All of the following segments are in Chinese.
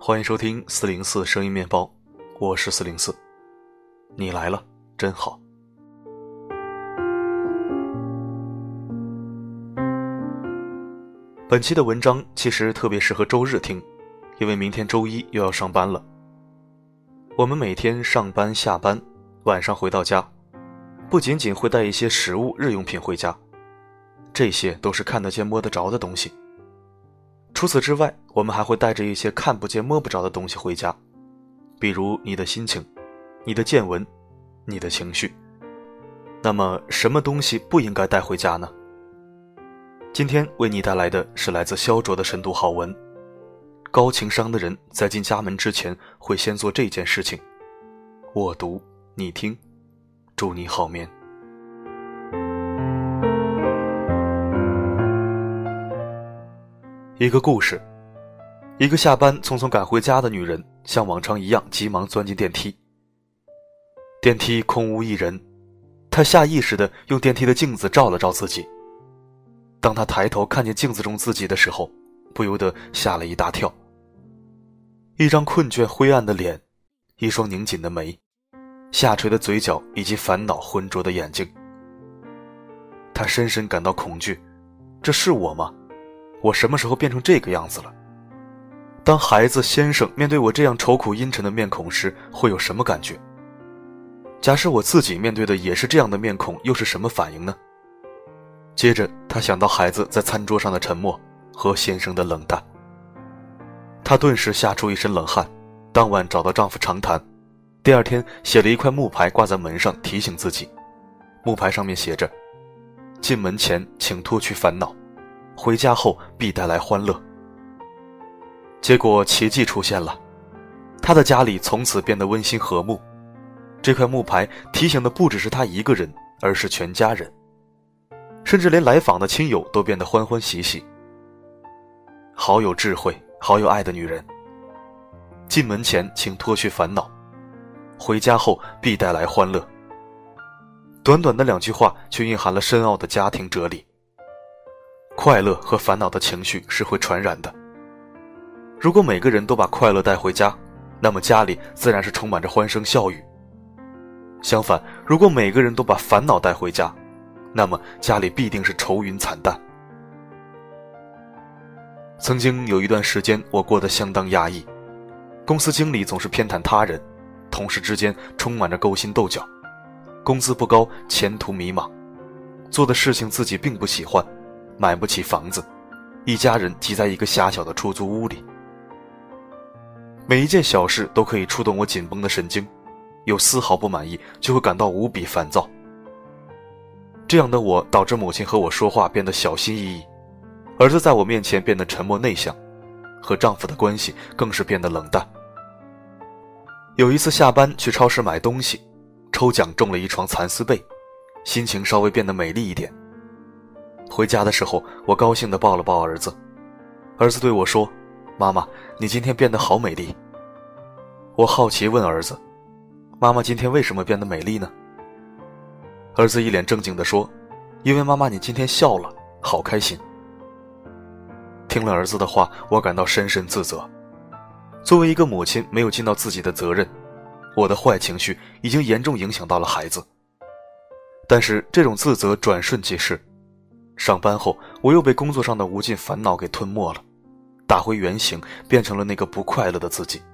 欢迎收听404声音面包，我是404，你来了，真好。本期的文章其实特别适合周日听，因为明天周一又要上班了。我们每天上班下班，晚上回到家，不仅仅会带一些食物日用品回家，这些都是看得见摸得着的东西。除此之外，我们还会带着一些看不见摸不着的东西回家，比如你的心情、你的见闻、你的情绪。那么什么东西不应该带回家呢？今天为你带来的是来自萧卓的深度好文。高情商的人在进家门之前会先做这件事情。我读，你听，祝你好眠。一个故事，一个下班匆匆赶回家的女人，像往常一样急忙钻进电梯。电梯空无一人，她下意识地用电梯的镜子照了照自己。当她抬头看见镜子中自己的时候，不由得吓了一大跳。一张困倦灰暗的脸，一双拧紧的眉，下垂的嘴角以及烦恼浑浊的眼睛。她深深感到恐惧，这是我吗？我什么时候变成这个样子了？当孩子先生面对我这样愁苦阴沉的面孔时，会有什么感觉？假设我自己面对的也是这样的面孔，又是什么反应呢？接着他想到孩子在餐桌上的沉默和先生的冷淡，她顿时吓出一身冷汗。当晚找到丈夫长谈，第二天写了一块木牌挂在门上提醒自己。木牌上面写着：进门前请脱去烦恼，回家后必带来欢乐。结果奇迹出现了，他的家里从此变得温馨和睦。这块木牌提醒的不只是他一个人，而是全家人，甚至连来访的亲友都变得欢欢喜喜。好有智慧，好有爱的女人。进门前请脱去烦恼，回家后必带来欢乐。短短的2句话却蕴含了深奥的家庭哲理。快乐和烦恼的情绪是会传染的。如果每个人都把快乐带回家，那么家里自然是充满着欢声笑语。相反，如果每个人都把烦恼带回家，那么家里必定是愁云惨淡。曾经有一段时间，我过得相当压抑，公司经理总是偏袒他人，同事之间充满着勾心斗角，工资不高，前途迷茫，做的事情自己并不喜欢，买不起房子，一家人挤在一个狭小的出租屋里。每一件小事都可以触动我紧绷的神经，有丝毫不满意就会感到无比烦躁。这样的我导致母亲和我说话变得小心翼翼，儿子在我面前变得沉默内向，和丈夫的关系更是变得冷淡。有一次下班去超市买东西，抽奖中了一床蚕丝被，心情稍微变得美丽一点。回家的时候，我高兴地抱了抱儿子，儿子对我说：妈妈，你今天变得好美丽。我好奇问儿子：妈妈今天为什么变得美丽呢？儿子一脸正经地说：因为妈妈你今天笑了，好开心。听了儿子的话，我感到深深自责。作为一个母亲，没有尽到自己的责任，我的坏情绪已经严重影响到了孩子。但是这种自责转瞬即逝，上班后我又被工作上的无尽烦恼给吞没了，打回原形，变成了那个不快乐的自己。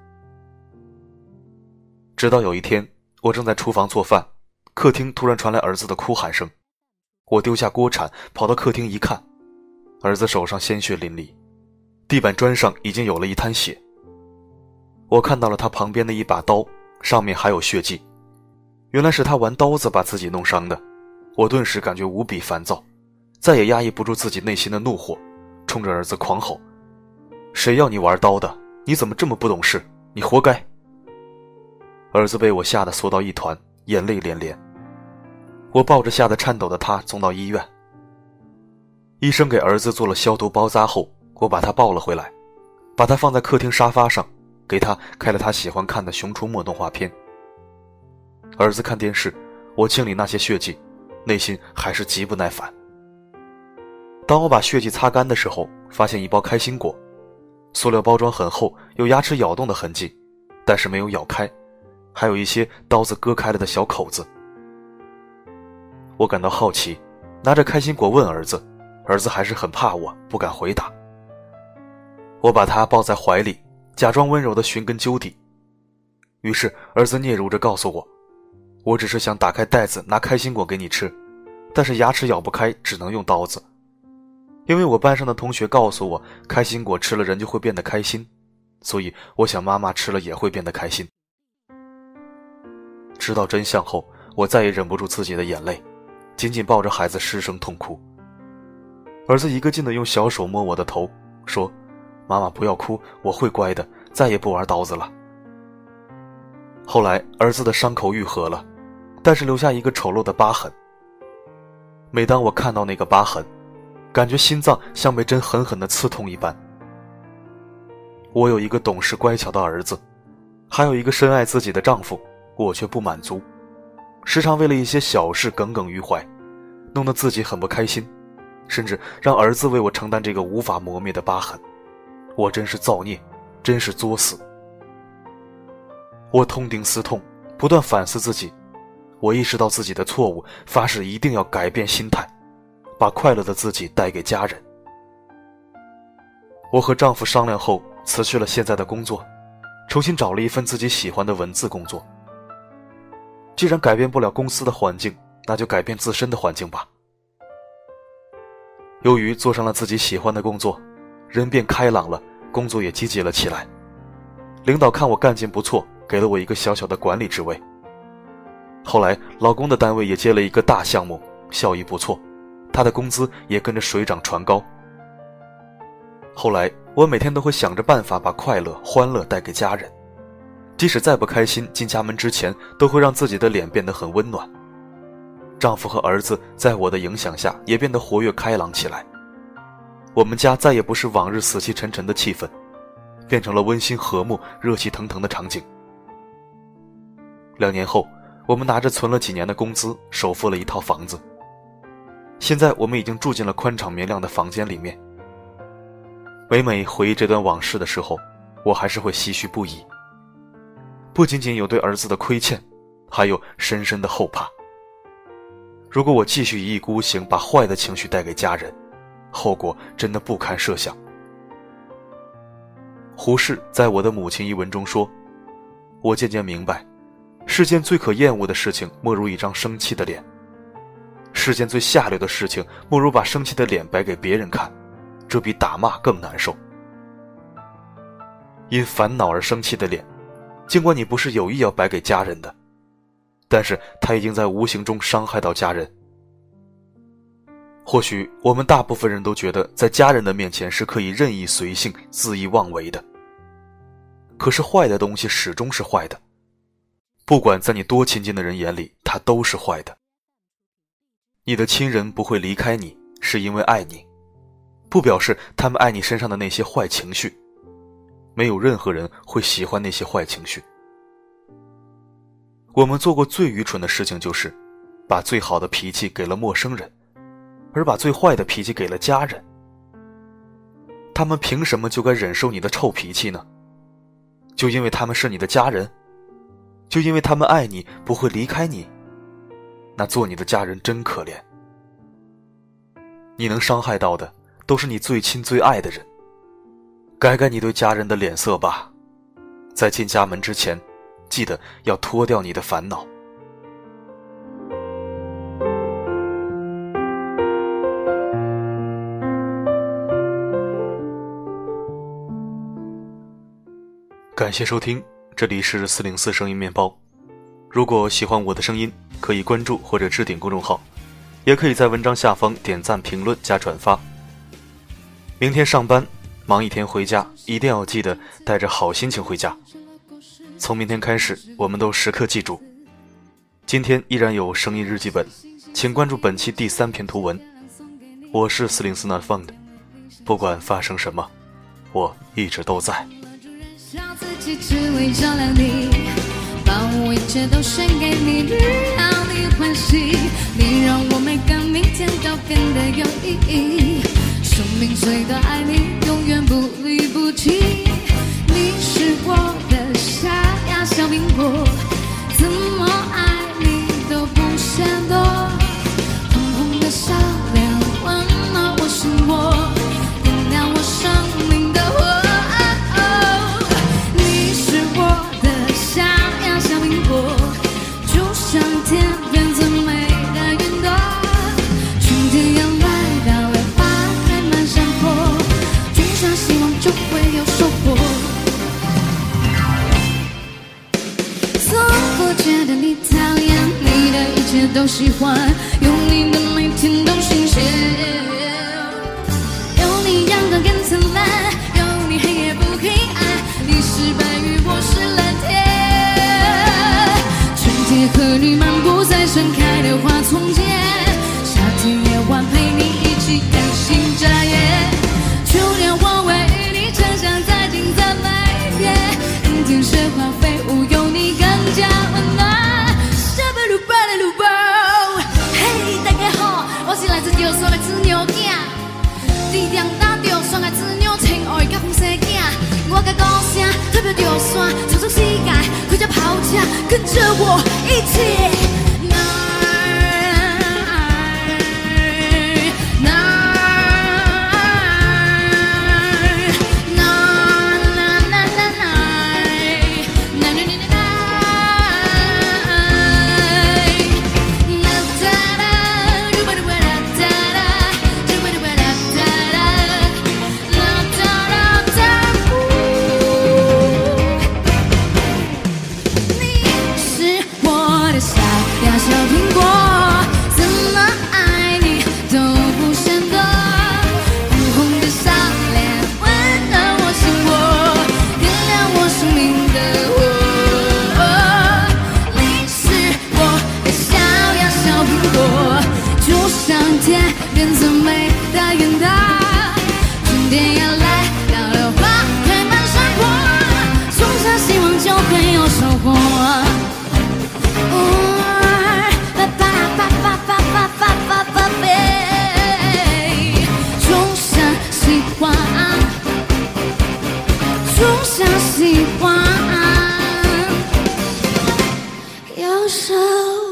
直到有一天，我正在厨房做饭，客厅突然传来儿子的哭喊声。我丢下锅铲，跑到客厅一看，儿子手上鲜血淋漓，地板砖上已经有了一滩血。我看到了他旁边的一把刀，上面还有血迹，原来是他玩刀子把自己弄伤的。我顿时感觉无比烦躁，再也压抑不住自己内心的怒火，冲着儿子狂吼：谁要你玩刀的？你怎么这么不懂事？你活该！儿子被我吓得缩到一团，眼泪连连。我抱着吓得颤抖的他送到医院。医生给儿子做了消毒包扎后，我把他抱了回来，把他放在客厅沙发上，给他开了他喜欢看的《熊出没》动画片。儿子看电视，我清理那些血迹，内心还是极不耐烦。当我把血迹擦干的时候，发现一包开心果， 塑料包装很厚，有牙齿咬动的痕迹，但是没有咬开，还有一些刀子割开了的小口子。我感到好奇，拿着开心果问儿子，儿子还是很怕我，不敢回答。我把他抱在怀里，假装温柔地寻根究底。于是儿子嗫嚅着告诉我，我只是想打开袋子拿开心果给你吃，但是牙齿咬不开，只能用刀子。因为我班上的同学告诉我，开心果吃了人就会变得开心，所以我想妈妈吃了也会变得开心。知道真相后，我再也忍不住自己的眼泪，紧紧抱着孩子失声痛哭。儿子一个劲地用小手摸我的头，说，妈妈不要哭，我会乖的，再也不玩刀子了。后来儿子的伤口愈合了，但是留下一个丑陋的疤痕。每当我看到那个疤痕，感觉心脏像被针狠狠地刺痛一般。我有一个懂事乖巧的儿子，还有一个深爱自己的丈夫，我却不满足，时常为了一些小事耿耿于怀，弄得自己很不开心，甚至让儿子为我承担这个无法磨灭的疤痕。我真是造孽，真是作死。我痛定思痛，不断反思自己，我意识到自己的错误，发誓一定要改变心态，把快乐的自己带给家人。我和丈夫商量后，辞去了现在的工作，重新找了一份自己喜欢的文字工作。既然改变不了公司的环境，那就改变自身的环境吧。由于做上了自己喜欢的工作，人变开朗了，工作也积极了起来。领导看我干劲不错，给了我一个小小的管理职位。后来老公的单位也接了一个大项目，效益不错，他的工资也跟着水涨船高。后来我每天都会想着办法把快乐欢乐带给家人，即使再不开心，进家门之前都会让自己的脸变得很温暖。丈夫和儿子在我的影响下也变得活跃开朗起来，我们家再也不是往日死气沉沉的气氛，变成了温馨和睦热气腾腾的场景。2年后，我们拿着存了几年的工资首付了一套房子，现在我们已经住进了宽敞明亮的房间里面。每每回忆这段往事的时候，我还是会唏嘘不已，不仅仅有对儿子的亏欠，还有深深的后怕。如果我继续一意孤行，把坏的情绪带给家人，后果真的不堪设想。胡适在《我的母亲》一文中说，我渐渐明白，世间最可厌恶的事情莫如一张生气的脸，世间最下流的事情莫如把生气的脸摆给别人看，这比打骂更难受。因烦恼而生气的脸，尽管你不是有意要摆给家人的，但是他已经在无形中伤害到家人。或许我们大部分人都觉得在家人的面前是可以任意随性恣意妄为的，可是坏的东西始终是坏的，不管在你多亲近的人眼里，它都是坏的。你的亲人不会离开你，是因为爱你，不表示他们爱你身上的那些坏情绪，没有任何人会喜欢那些坏情绪。我们做过最愚蠢的事情，就是把最好的脾气给了陌生人，而把最坏的脾气给了家人。他们凭什么就该忍受你的臭脾气呢？就因为他们是你的家人？就因为他们爱你，不会离开你？那做你的家人真可怜。你能伤害到的都是你最亲最爱的人，改改你对家人的脸色吧。在进家门之前，记得要脱掉你的烦恼。感谢收听，这里是404声音面包。如果喜欢我的声音，可以关注或者置顶公众号，也可以在文章下方点赞评论加转发。明天上班忙一天回家，一定要记得带着好心情回家。从明天开始，我们都时刻记住，今天依然有声音日记本，请关注本期第3篇图文。我是404南方的，不管发生什么，我一直都在。 只为照亮你，把我一切都献给你，让你欢喜，你让我每个明天都变得有意义。 生命随的爱你，永远不离不弃。你是我的小呀小苹果，怎么爱你都不嫌多。红红的笑脸温暖我心窝，点亮我生命的火。你是我的小呀小苹果，就像天边最美的云朵。春天要来到了，花开满山坡，种下希望就会有收获。从不觉得你讨厌，你的一切都喜欢，有你的每天都新鲜。有你阳光更灿烂，有你黑夜不黑暗，你是白云，我是蓝天。春天和你漫步在盛开的花丛间，夏天夜晚陪你一起感性眨眼，秋天我为你呈现在金色麦片，冬天雪花飞舞，有你更加温暖。嘿，大家好，我是来自石山的子牛囝，地点打着山的子牛，亲爱甲风西囝，我甲歌声代表着山，走出世界，开着跑车，跟着我一起。小苹果，怎么爱你都不嫌多。红红的笑脸温暖我心窝，点亮我生命的火。你是我的小呀小苹果，就像天边最美的云朵。春天要来到了，花开满山坡，种下希望就会有收获。种下希望，有收